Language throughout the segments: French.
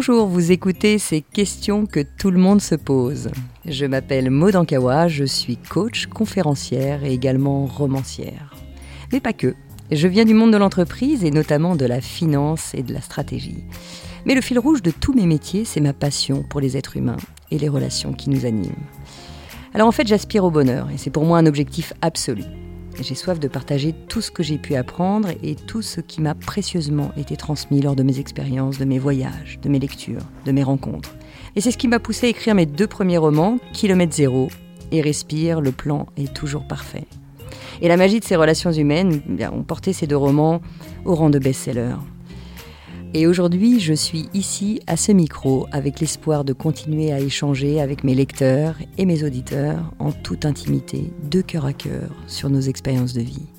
Bonjour, vous écoutez ces questions que tout le monde se pose. Je m'appelle Maud Ankawa, je suis coach, conférencière et également romancière. Mais pas que. Je viens du monde de l'entreprise et notamment de la finance et de la stratégie. Mais le fil rouge de tous mes métiers, c'est ma passion pour les êtres humains et les relations qui nous animent. Alors en fait, j'aspire au bonheur et c'est pour moi un objectif absolu. J'ai soif de partager tout ce que j'ai pu apprendre et tout ce qui m'a précieusement été transmis lors de mes expériences, de mes voyages, de mes lectures, de mes rencontres. Et c'est ce qui m'a poussé à écrire mes 2 premiers romans, Kilomètre Zéro et Respire, le plan est toujours parfait. Et la magie de ces relations humaines ont porté ces 2 romans au rang de best-sellers. Et aujourd'hui, je suis ici, à ce micro, avec l'espoir de continuer à échanger avec mes lecteurs et mes auditeurs en toute intimité, de cœur à cœur, sur nos expériences de vie.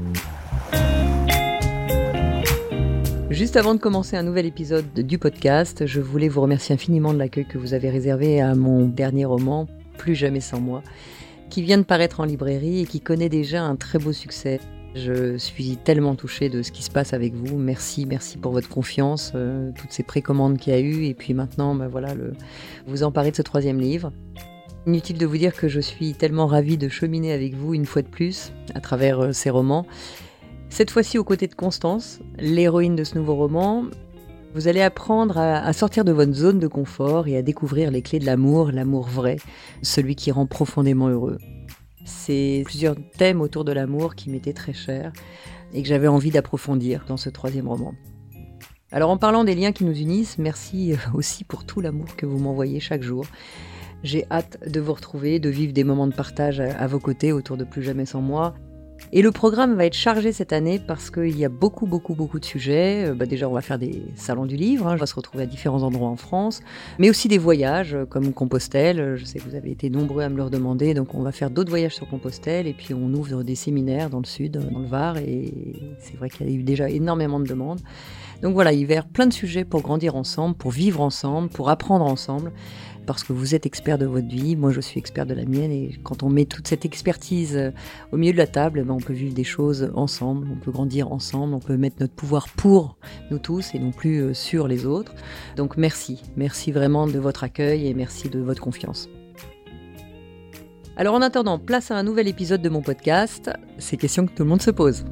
Juste avant de commencer un nouvel épisode du podcast, je voulais vous remercier infiniment de l'accueil que vous avez réservé à mon dernier roman, Plus jamais sans moi, qui vient de paraître en librairie et qui connaît déjà un très beau succès. Je suis tellement touchée de ce qui se passe avec vous. Merci pour votre confiance, toutes ces précommandes qu'il y a eu. Et puis maintenant, vous emparez de ce 3e livre. Inutile de vous dire que je suis tellement ravie de cheminer avec vous une fois de plus à travers ces romans. Cette fois-ci aux côtés de Constance, l'héroïne de ce nouveau roman. Vous allez apprendre à sortir de votre zone de confort et à découvrir les clés de l'amour vrai, celui qui rend profondément heureux. C'est plusieurs thèmes autour de l'amour qui m'étaient très chers et que j'avais envie d'approfondir dans ce 3e roman. Alors en parlant des liens qui nous unissent, merci aussi pour tout l'amour que vous m'envoyez chaque jour. J'ai hâte de vous retrouver, de vivre des moments de partage à vos côtés autour de Plus jamais sans moi. Et le programme va être chargé cette année parce qu'il y a beaucoup de sujets. Déjà, on va faire des salons du livre, on va se retrouver à différents endroits en France, mais aussi des voyages comme Compostelle. Je sais que vous avez été nombreux à me le demander, donc on va faire d'autres voyages sur Compostelle et puis on ouvre des séminaires dans le sud, dans le Var, et c'est vrai qu'il y a eu déjà énormément de demandes. Donc voilà, il va y avoir plein de sujets pour grandir ensemble, pour vivre ensemble, pour apprendre ensemble. Parce que vous êtes expert de votre vie, moi je suis expert de la mienne, et quand on met toute cette expertise au milieu de la table, on peut vivre des choses ensemble, on peut grandir ensemble, on peut mettre notre pouvoir pour nous tous et non plus sur les autres. Donc merci vraiment de votre accueil et merci de votre confiance. Alors en attendant, place à un nouvel épisode de mon podcast, ces questions que tout le monde se pose.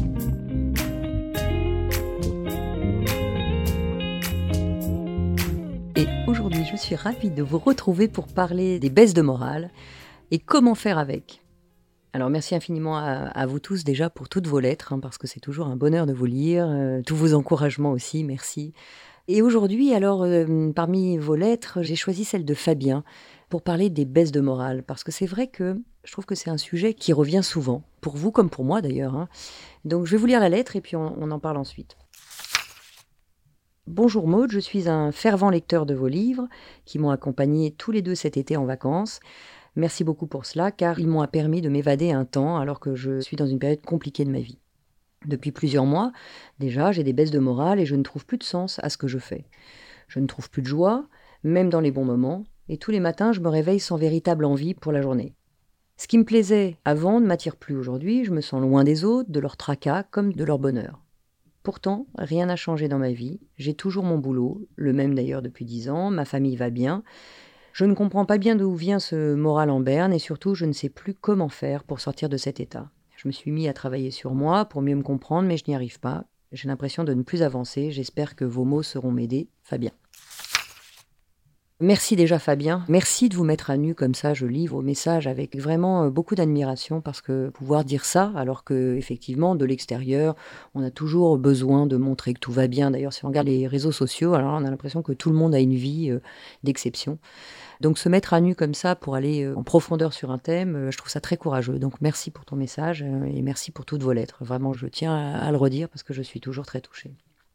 Et aujourd'hui, je suis ravie de vous retrouver pour parler des baisses de morale et comment faire avec. Alors merci infiniment à vous tous déjà pour toutes vos lettres, parce que c'est toujours un bonheur de vous lire, tous vos encouragements aussi, merci. Et aujourd'hui, parmi vos lettres, j'ai choisi celle de Fabien pour parler des baisses de morale, parce que c'est vrai que je trouve que c'est un sujet qui revient souvent, pour vous comme pour moi d'ailleurs. Donc je vais vous lire la lettre et puis on en parle ensuite. Bonjour Maud, je suis un fervent lecteur de vos livres qui m'ont accompagné tous les 2 cet été en vacances. Merci beaucoup pour cela car ils m'ont permis de m'évader un temps alors que je suis dans une période compliquée de ma vie. Depuis plusieurs mois, déjà, j'ai des baisses de morale et je ne trouve plus de sens à ce que je fais. Je ne trouve plus de joie, même dans les bons moments, et tous les matins, je me réveille sans véritable envie pour la journée. Ce qui me plaisait avant ne m'attire plus aujourd'hui, je me sens loin des autres, de leur tracas comme de leur bonheur. Pourtant, rien n'a changé dans ma vie, j'ai toujours mon boulot, le même d'ailleurs depuis 10 ans, ma famille va bien. Je ne comprends pas bien d'où vient ce moral en berne et surtout je ne sais plus comment faire pour sortir de cet état. Je me suis mis à travailler sur moi pour mieux me comprendre mais je n'y arrive pas. J'ai l'impression de ne plus avancer, j'espère que vos mots sauront m'aider. Fabien. Merci déjà Fabien, merci de vous mettre à nu comme ça, je lis vos messages avec vraiment beaucoup d'admiration parce que pouvoir dire ça alors que effectivement de l'extérieur on a toujours besoin de montrer que tout va bien. D'ailleurs si on regarde les réseaux sociaux, alors on a l'impression que tout le monde a une vie d'exception. Donc se mettre à nu comme ça pour aller en profondeur sur un thème, je trouve ça très courageux. Donc merci pour ton message et merci pour toutes vos lettres. Vraiment je tiens à le redire parce que je suis toujours très touchée.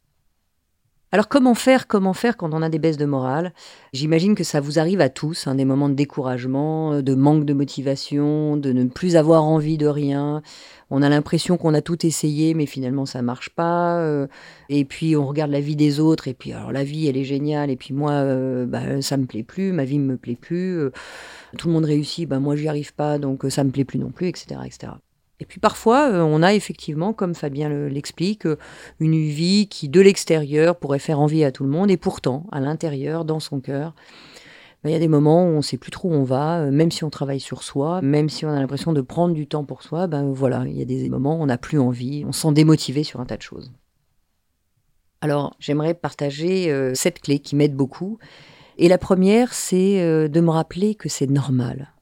Alors comment faire quand on a des baisses de morale ? J'imagine que ça vous arrive à tous, des moments de découragement, de manque de motivation, de ne plus avoir envie de rien. On a l'impression qu'on a tout essayé, mais finalement ça marche pas. Et puis on regarde la vie des autres, et puis alors la vie elle est géniale, et puis moi ça me plaît plus, ma vie me plaît plus. Tout le monde réussit, moi j'y arrive pas, donc ça me plaît plus non plus, etc., etc. Et puis parfois, on a effectivement, comme Fabien l'explique, une vie qui, de l'extérieur, pourrait faire envie à tout le monde. Et pourtant, à l'intérieur, dans son cœur, il y a des moments où on ne sait plus trop où on va, même si on travaille sur soi, même si on a l'impression de prendre du temps pour soi, voilà, il y a des moments où on n'a plus envie, on se sent démotivé sur un tas de choses. Alors, j'aimerais partager 7 clés qui m'aident beaucoup. Et la première, c'est de me rappeler que c'est normal.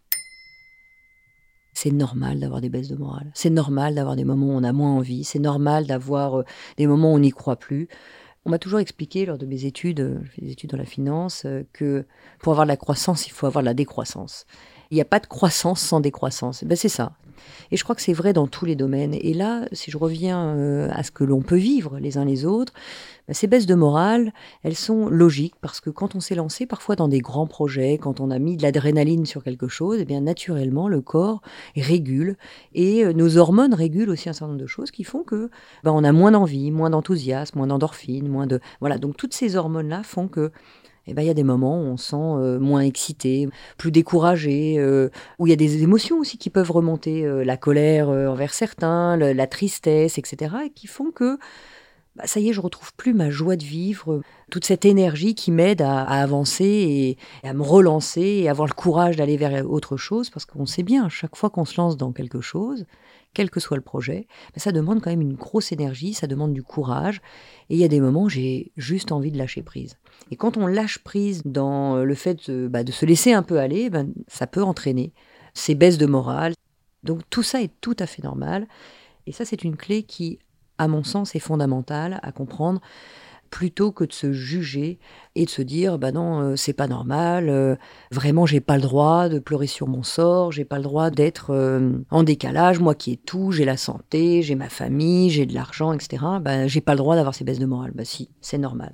C'est normal d'avoir des baisses de morale. C'est normal d'avoir des moments où on a moins envie. C'est normal d'avoir des moments où on n'y croit plus. On m'a toujours expliqué lors de mes études, je fais des études dans la finance, que pour avoir de la croissance, il faut avoir de la décroissance. Il n'y a pas de croissance sans décroissance. C'est ça. Et je crois que c'est vrai dans tous les domaines. Et là, si je reviens à ce que l'on peut vivre les uns les autres, ces baisses de morale, elles sont logiques parce que quand on s'est lancé parfois dans des grands projets, quand on a mis de l'adrénaline sur quelque chose, eh bien naturellement le corps régule et nos hormones régulent aussi un certain nombre de choses qui font que on a moins d'envie, moins d'enthousiasme, moins d'endorphine, voilà. Donc toutes ces hormones-là font que il y a des moments où on se sent moins excité, plus découragé, où il y a des émotions aussi qui peuvent remonter, la colère envers certains, la tristesse, etc., et qui font que ça y est, je retrouve plus ma joie de vivre, toute cette énergie qui m'aide à avancer et à me relancer et avoir le courage d'aller vers autre chose, parce qu'on sait bien, chaque fois qu'on se lance dans quelque chose, quel que soit le projet, ça demande quand même une grosse énergie, ça demande du courage, et il y a des moments où j'ai juste envie de lâcher prise. Et quand on lâche prise dans le fait de se laisser un peu aller, ça peut entraîner ces baisses de morale. Donc tout ça est tout à fait normal, et ça c'est une clé qui, à mon sens, est fondamentale à comprendre, plutôt que de se juger et de se dire non, c'est pas normal, vraiment j'ai pas le droit de pleurer sur mon sort, j'ai pas le droit d'être en décalage, moi qui ai tout, j'ai la santé, j'ai ma famille, j'ai de l'argent, etc. J'ai pas le droit d'avoir ces baisses de morale. Si, c'est normal.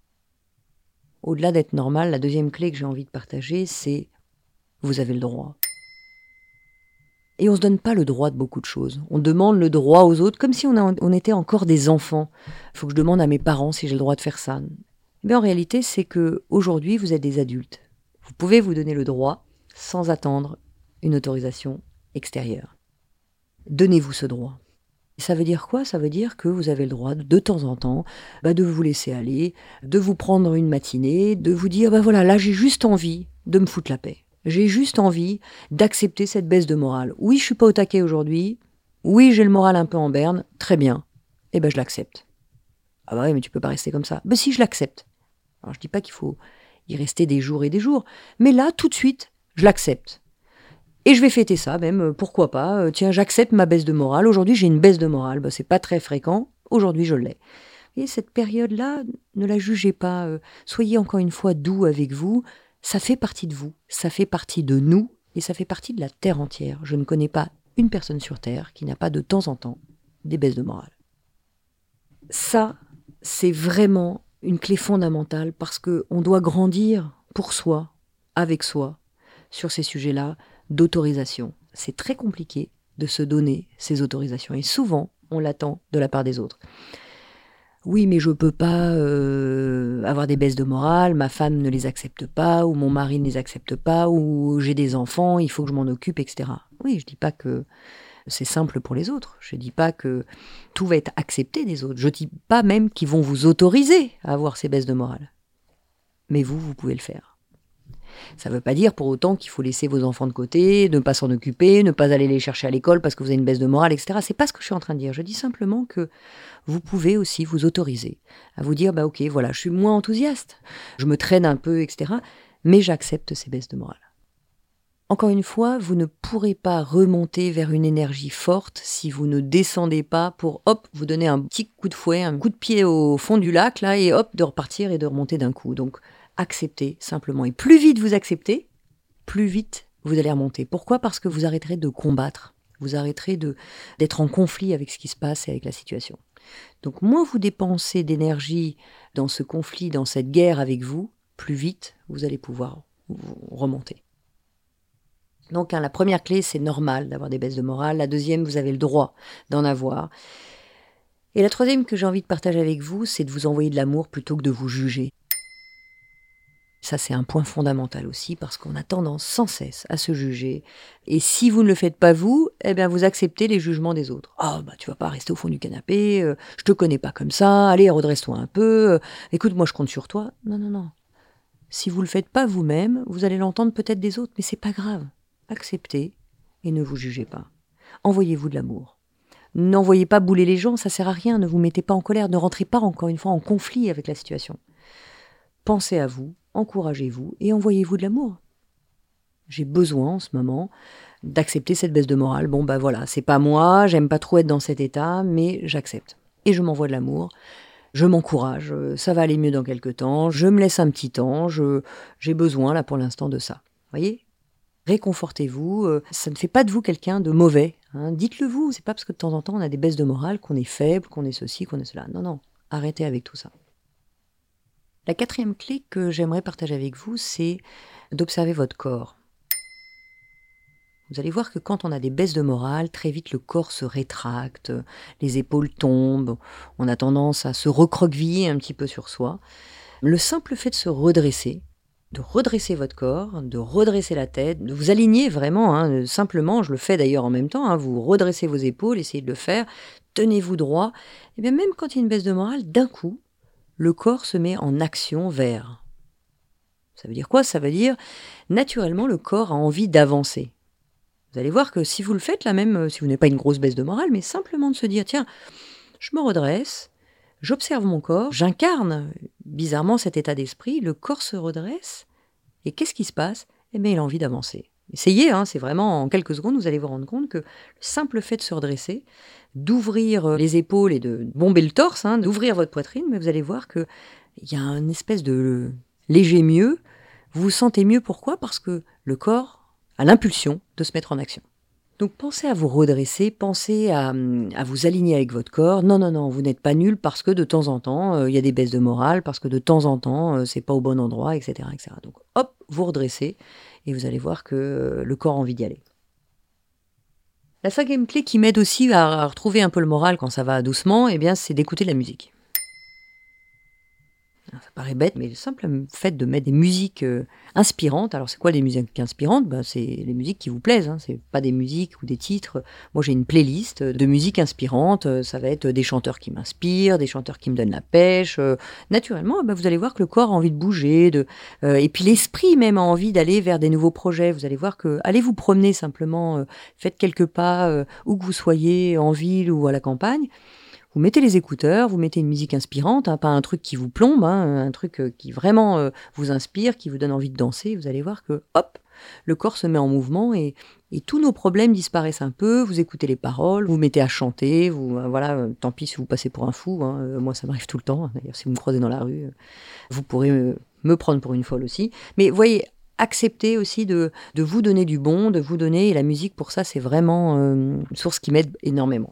Au-delà d'être normal, la deuxième clé que j'ai envie de partager, c'est vous avez le droit. Et on ne se donne pas le droit de beaucoup de choses. On demande le droit aux autres comme si on était encore des enfants. Il faut que je demande à mes parents si j'ai le droit de faire ça. Mais en réalité, c'est qu'aujourd'hui, vous êtes des adultes. Vous pouvez vous donner le droit sans attendre une autorisation extérieure. Donnez-vous ce droit. Ça veut dire quoi ? Ça veut dire que vous avez le droit, de temps en temps, de vous laisser aller, de vous prendre une matinée, de vous dire, voilà, là j'ai juste envie de me foutre la paix. J'ai juste envie d'accepter cette baisse de morale. Oui, je suis pas au taquet aujourd'hui. Oui, j'ai le moral un peu en berne. Très bien. Je l'accepte. Ah bah oui, mais tu peux pas rester comme ça. Si, je l'accepte. Alors, je dis pas qu'il faut y rester des jours et des jours. Mais là, tout de suite, je l'accepte. Et je vais fêter ça, même, pourquoi pas. Tiens, j'accepte ma baisse de morale. Aujourd'hui, j'ai une baisse de morale. C'est pas très fréquent. Aujourd'hui, je l'ai. Et cette période-là, ne la jugez pas. Soyez encore une fois doux avec vous. Ça fait partie de vous, ça fait partie de nous, et ça fait partie de la Terre entière. Je ne connais pas une personne sur Terre qui n'a pas de temps en temps des baisses de morale. Ça, c'est vraiment une clé fondamentale parce qu'on doit grandir pour soi, avec soi, sur ces sujets-là d'autorisation. C'est très compliqué de se donner ces autorisations, et souvent, on l'attend de la part des autres. Oui, mais je peux pas avoir des baisses de morale, ma femme ne les accepte pas, ou mon mari ne les accepte pas, ou j'ai des enfants, il faut que je m'en occupe, etc. Oui, je dis pas que c'est simple pour les autres, je dis pas que tout va être accepté des autres, je dis pas même qu'ils vont vous autoriser à avoir ces baisses de morale. Mais vous pouvez le faire. Ça ne veut pas dire pour autant qu'il faut laisser vos enfants de côté, ne pas s'en occuper, ne pas aller les chercher à l'école parce que vous avez une baisse de morale, etc. C'est pas ce que je suis en train de dire. Je dis simplement que vous pouvez aussi vous autoriser à vous dire, ok, voilà, je suis moins enthousiaste, je me traîne un peu, etc. Mais j'accepte ces baisses de morale. Encore une fois, vous ne pourrez pas remonter vers une énergie forte si vous ne descendez pas pour, vous donner un petit coup de fouet, un coup de pied au fond du lac, là, et de repartir et de remonter d'un coup. Donc, acceptez simplement. Et plus vite vous acceptez, plus vite vous allez remonter. Pourquoi ? Parce que vous arrêterez de combattre. Vous arrêterez d'être en conflit avec ce qui se passe et avec la situation. Donc, moins vous dépensez d'énergie dans ce conflit, dans cette guerre avec vous, plus vite vous allez pouvoir remonter. Donc, la première clé, c'est normal d'avoir des baisses de morale. La deuxième, vous avez le droit d'en avoir. Et la troisième que j'ai envie de partager avec vous, c'est de vous envoyer de l'amour plutôt que de vous juger. Ça, c'est un point fondamental aussi parce qu'on a tendance sans cesse à se juger. Et si vous ne le faites pas vous, eh bien, vous acceptez les jugements des autres. Ah, bah, tu vas pas rester au fond du canapé, je te connais pas comme ça, allez, redresse-toi un peu, écoute, moi, je compte sur toi. Non, non, non. Si vous le faites pas vous-même, vous allez l'entendre peut-être des autres, mais c'est pas grave. Acceptez et ne vous jugez pas. Envoyez-vous de l'amour. N'envoyez pas bouler les gens, ça sert à rien. Ne vous mettez pas en colère, ne rentrez pas encore une fois en conflit avec la situation. Pensez à vous, encouragez-vous et envoyez-vous de l'amour. J'ai besoin en ce moment d'accepter cette baisse de morale. Bon, bah voilà, c'est pas moi, j'aime pas trop être dans cet état, mais j'accepte. Et je m'envoie de l'amour, je m'encourage, ça va aller mieux dans quelques temps, je me laisse un petit temps, j'ai besoin là pour l'instant de ça. Voyez ? Réconfortez-vous, ça ne fait pas de vous quelqu'un de mauvais. Hein. Dites-le vous, c'est pas parce que de temps en temps on a des baisses de morale qu'on est faible, qu'on est ceci, qu'on est cela. Non, non, arrêtez avec tout ça. La 4e clé que j'aimerais partager avec vous, c'est d'observer votre corps. Vous allez voir que quand on a des baisses de morale, très vite le corps se rétracte, les épaules tombent, on a tendance à se recroqueviller un petit peu sur soi. Le simple fait de se redresser, de redresser votre corps, de redresser la tête, de vous aligner vraiment, hein, simplement, je le fais d'ailleurs en même temps, hein, vous redressez vos épaules, essayez de le faire, tenez-vous droit, et bien même quand il y a une baisse de morale, d'un coup, le corps se met en action vers. Ça veut dire quoi ? Ça veut dire, naturellement, le corps a envie d'avancer. Vous allez voir que si vous le faites, là même, si vous n'avez pas une grosse baisse de morale, mais simplement de se dire, tiens, je me redresse, j'observe mon corps, j'incarne bizarrement cet état d'esprit, le corps se redresse, et qu'est-ce qui se passe ? Eh bien, il a envie d'avancer. Essayez, hein, c'est vraiment en quelques secondes, vous allez vous rendre compte que le simple fait de se redresser, d'ouvrir les épaules et de bomber le torse, hein, d'ouvrir votre poitrine, mais vous allez voir qu'il y a une espèce de léger mieux. Vous vous sentez mieux, pourquoi ? Parce que le corps a l'impulsion de se mettre en action. Donc pensez à vous redresser, pensez à vous aligner avec votre corps. Non, non, non, vous n'êtes pas nul parce que de temps en temps, il y a des baisses de morale, parce que de temps en temps, c'est pas au bon endroit, etc., etc. Donc hop, vous redressez et vous allez voir que le corps a envie d'y aller. La 5e clé qui m'aide aussi à retrouver un peu le moral quand ça va doucement, eh bien, c'est d'écouter de la musique. Ça paraît bête, mais le simple fait de mettre des musiques inspirantes. Alors, c'est quoi des musiques inspirantes ? C'est les musiques qui vous plaisent. Hein. C'est pas des musiques ou des titres. Moi, j'ai une playlist de musiques inspirantes. Ça va être des chanteurs qui m'inspirent, des chanteurs qui me donnent la pêche. Naturellement, vous allez voir que le corps a envie de bouger. Et puis, l'esprit même a envie d'aller vers des nouveaux projets. Vous allez voir que allez vous promener simplement. Faites quelques pas, où que vous soyez, en ville ou à la campagne. Vous mettez les écouteurs, vous mettez une musique inspirante, hein, pas un truc qui vous plombe, hein, un truc qui vraiment vous inspire, qui vous donne envie de danser. Vous allez voir que, hop, le corps se met en mouvement et tous nos problèmes disparaissent un peu. Vous écoutez les paroles, vous mettez à chanter, voilà, tant pis si vous passez pour un fou. Hein, moi, ça m'arrive tout le temps. Hein, d'ailleurs, si vous me croisez dans la rue, vous pourrez me prendre pour une folle aussi. Mais voyez, acceptez aussi de vous donner du bon, de vous donner. Et la musique, pour ça, c'est vraiment une source qui m'aide énormément.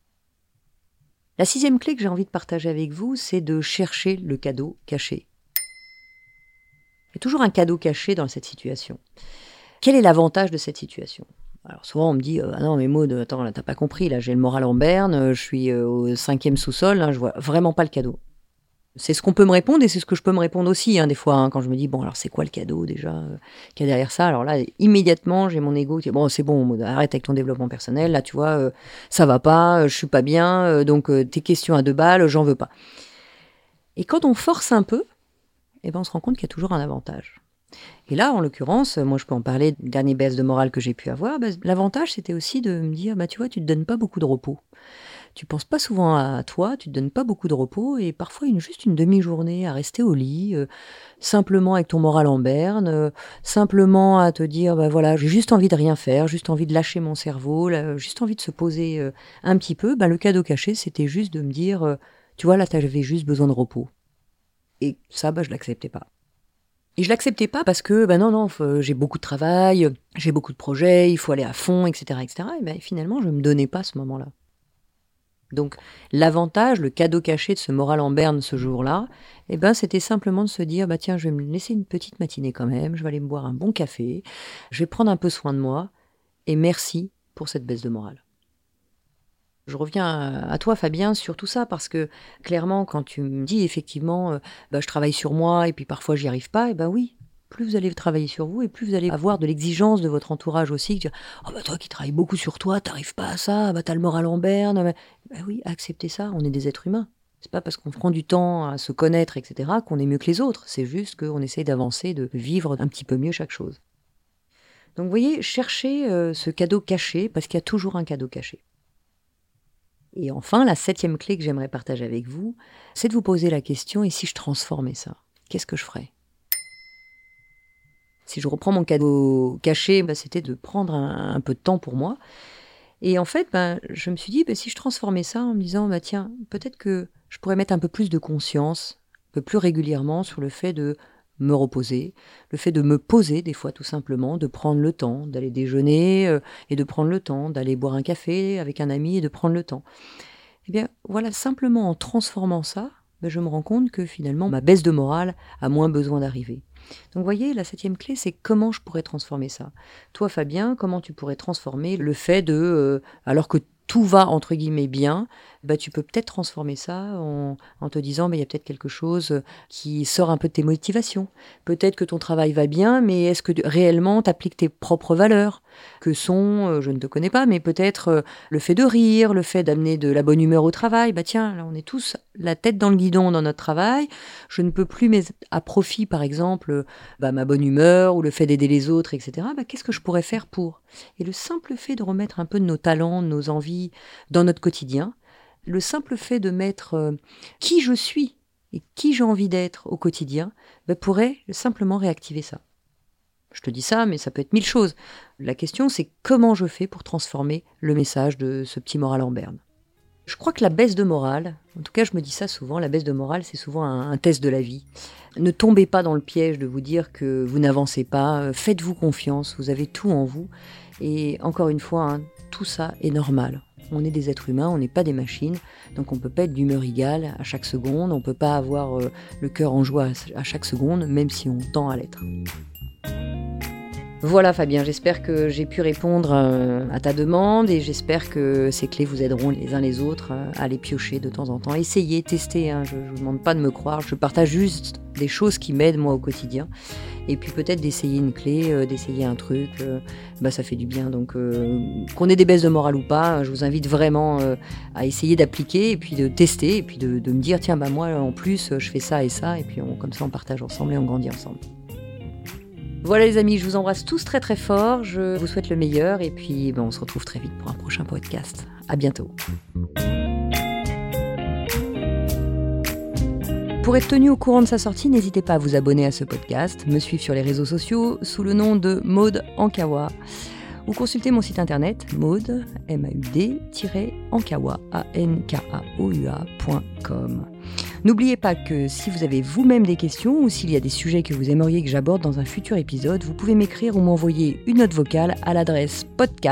La 6e clé que j'ai envie de partager avec vous, c'est de chercher le cadeau caché. Il y a toujours un cadeau caché dans cette situation. Quel est l'avantage de cette situation ? Alors souvent on me dit ah non mais Maud, attends là t'as pas compris, là j'ai le moral en berne, je suis au 5e sous-sol, hein, je vois vraiment pas le cadeau. C'est ce qu'on peut me répondre et c'est ce que je peux me répondre aussi, hein, des fois, hein, quand je me dis, bon, alors c'est quoi le cadeau déjà qu'il y a derrière ça ? Alors là, immédiatement, j'ai mon ego qui dit, bon, c'est bon, Maud, arrête avec ton développement personnel, là, tu vois, ça va pas, je suis pas bien, donc tes questions à 2 balles, j'en veux pas. Et quand on force un peu, on se rend compte qu'il y a toujours un avantage. Et là, en l'occurrence, moi je peux en parler des dernières baisses de morale que j'ai pu avoir, l'avantage c'était aussi de me dire, tu vois, tu te donnes pas beaucoup de repos. Tu penses pas souvent à toi, tu te donnes pas beaucoup de repos et parfois juste une demi-journée à rester au lit, simplement avec ton moral en berne, simplement à te dire voilà, j'ai juste envie de rien faire, juste envie de lâcher mon cerveau, juste envie de se poser un petit peu. Le cadeau caché, c'était juste de me dire tu vois là, t'avais juste besoin de repos. Et ça, je l'acceptais pas. Et je l'acceptais pas parce que non, j'ai beaucoup de travail, j'ai beaucoup de projets, il faut aller à fond, etc., etc. Et finalement, je me donnais pas ce moment-là. Donc l'avantage, le cadeau caché de ce moral en berne ce jour-là, c'était simplement de se dire tiens, je vais me laisser une petite matinée quand même, je vais aller me boire un bon café, je vais prendre un peu soin de moi et merci pour cette baisse de morale. Je reviens à toi, Fabien, sur tout ça, parce que clairement, quand tu me dis effectivement, je travaille sur moi et puis parfois j'y arrive pas, et ben oui, plus vous allez travailler sur vous et plus vous allez avoir de l'exigence de votre entourage aussi. Toi qui travailles beaucoup sur toi, t'arrives pas à ça, t'as le moral en berne. Oui, acceptez ça, on est des êtres humains. C'est pas parce qu'on prend du temps à se connaître, etc., qu'on est mieux que les autres. C'est juste qu'on essaye d'avancer, de vivre un petit peu mieux chaque chose. Donc vous voyez, cherchez ce cadeau caché, parce qu'il y a toujours un cadeau caché. Et enfin, la 7e clé que j'aimerais partager avec vous, c'est de vous poser la question, et si je transformais ça, qu'est-ce que je ferais ? Si je reprends mon cadeau caché, c'était de prendre un peu de temps pour moi. Et en fait, je me suis dit, si je transformais ça en me disant, tiens, peut-être que je pourrais mettre un peu plus de conscience, un peu plus régulièrement sur le fait de me reposer, le fait de me poser des fois tout simplement, de prendre le temps, d'aller déjeuner et de prendre le temps, d'aller boire un café avec un ami et de prendre le temps. Eh bien voilà, simplement en transformant ça, je me rends compte que finalement ma baisse de morale a moins besoin d'arriver. Donc vous voyez, la 7e clé, c'est comment je pourrais transformer ça. Toi Fabien, comment tu pourrais transformer le fait de, alors que tout va entre guillemets bien, tu peux peut-être transformer ça en te disant il y a peut-être quelque chose qui sort un peu de tes motivations. Peut-être que ton travail va bien, mais est-ce que réellement tu appliques tes propres valeurs, que sont, je ne te connais pas, mais peut-être le fait de rire, le fait d'amener de la bonne humeur au travail. Tiens, là on est tous la tête dans le guidon dans notre travail, je ne peux plus mettre à profit par exemple ma bonne humeur ou le fait d'aider les autres, etc. Qu'est-ce que je pourrais faire pour ? Et le simple fait de remettre un peu de nos talents, de nos envies dans notre quotidien, le simple fait de mettre qui je suis et qui j'ai envie d'être au quotidien, pourrait simplement réactiver ça. Je te dis ça, mais ça peut être 1000 choses. La question, c'est comment je fais pour transformer le message de ce petit moral en berne. Je crois que la baisse de morale, en tout cas je me dis ça souvent, la baisse de morale c'est souvent un test de la vie. Ne tombez pas dans le piège de vous dire que vous n'avancez pas, faites-vous confiance, vous avez tout en vous. Et encore une fois, tout ça est normal. On est des êtres humains, on n'est pas des machines, donc on ne peut pas être d'humeur égale à chaque seconde, on ne peut pas avoir le cœur en joie à chaque seconde, même si on tend à l'être. Voilà Fabien, j'espère que j'ai pu répondre à ta demande et j'espère que ces clés vous aideront les uns les autres à les piocher de temps en temps. Essayez, testez, je ne vous demande pas de me croire, je partage juste des choses qui m'aident moi au quotidien. Et puis peut-être d'essayer une clé, d'essayer un truc, ça fait du bien. Donc qu'on ait des baisses de morale ou pas, je vous invite vraiment à essayer d'appliquer et puis de tester et puis de me dire tiens moi en plus je fais ça et ça et puis comme ça on partage ensemble et on grandit ensemble. Voilà les amis, je vous embrasse tous très très fort, je vous souhaite le meilleur et puis on se retrouve très vite pour un prochain podcast. À bientôt. Pour être tenu au courant de sa sortie, n'hésitez pas à vous abonner à ce podcast, me suivre sur les réseaux sociaux sous le nom de Maud Ankawa ou consulter mon site internet maud, maud-ankawa, ankaoua.com. N'oubliez pas que si vous avez vous-même des questions ou s'il y a des sujets que vous aimeriez que j'aborde dans un futur épisode, vous pouvez m'écrire ou m'envoyer une note vocale à l'adresse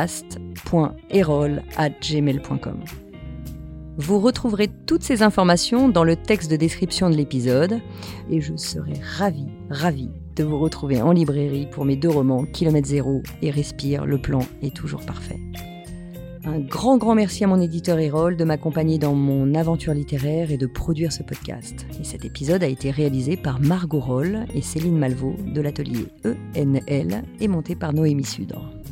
podcast.erol@gmail.com. Vous retrouverez toutes ces informations dans le texte de description de l'épisode et je serai ravie de vous retrouver en librairie pour mes 2 romans Kilomètre Zéro et Respire, le plan est toujours parfait. Un grand merci à mon éditeur Erol de m'accompagner dans mon aventure littéraire et de produire ce podcast. Et cet épisode a été réalisé par Margot Roll et Céline Malvaux de l'atelier ENL et monté par Noémie Sudre.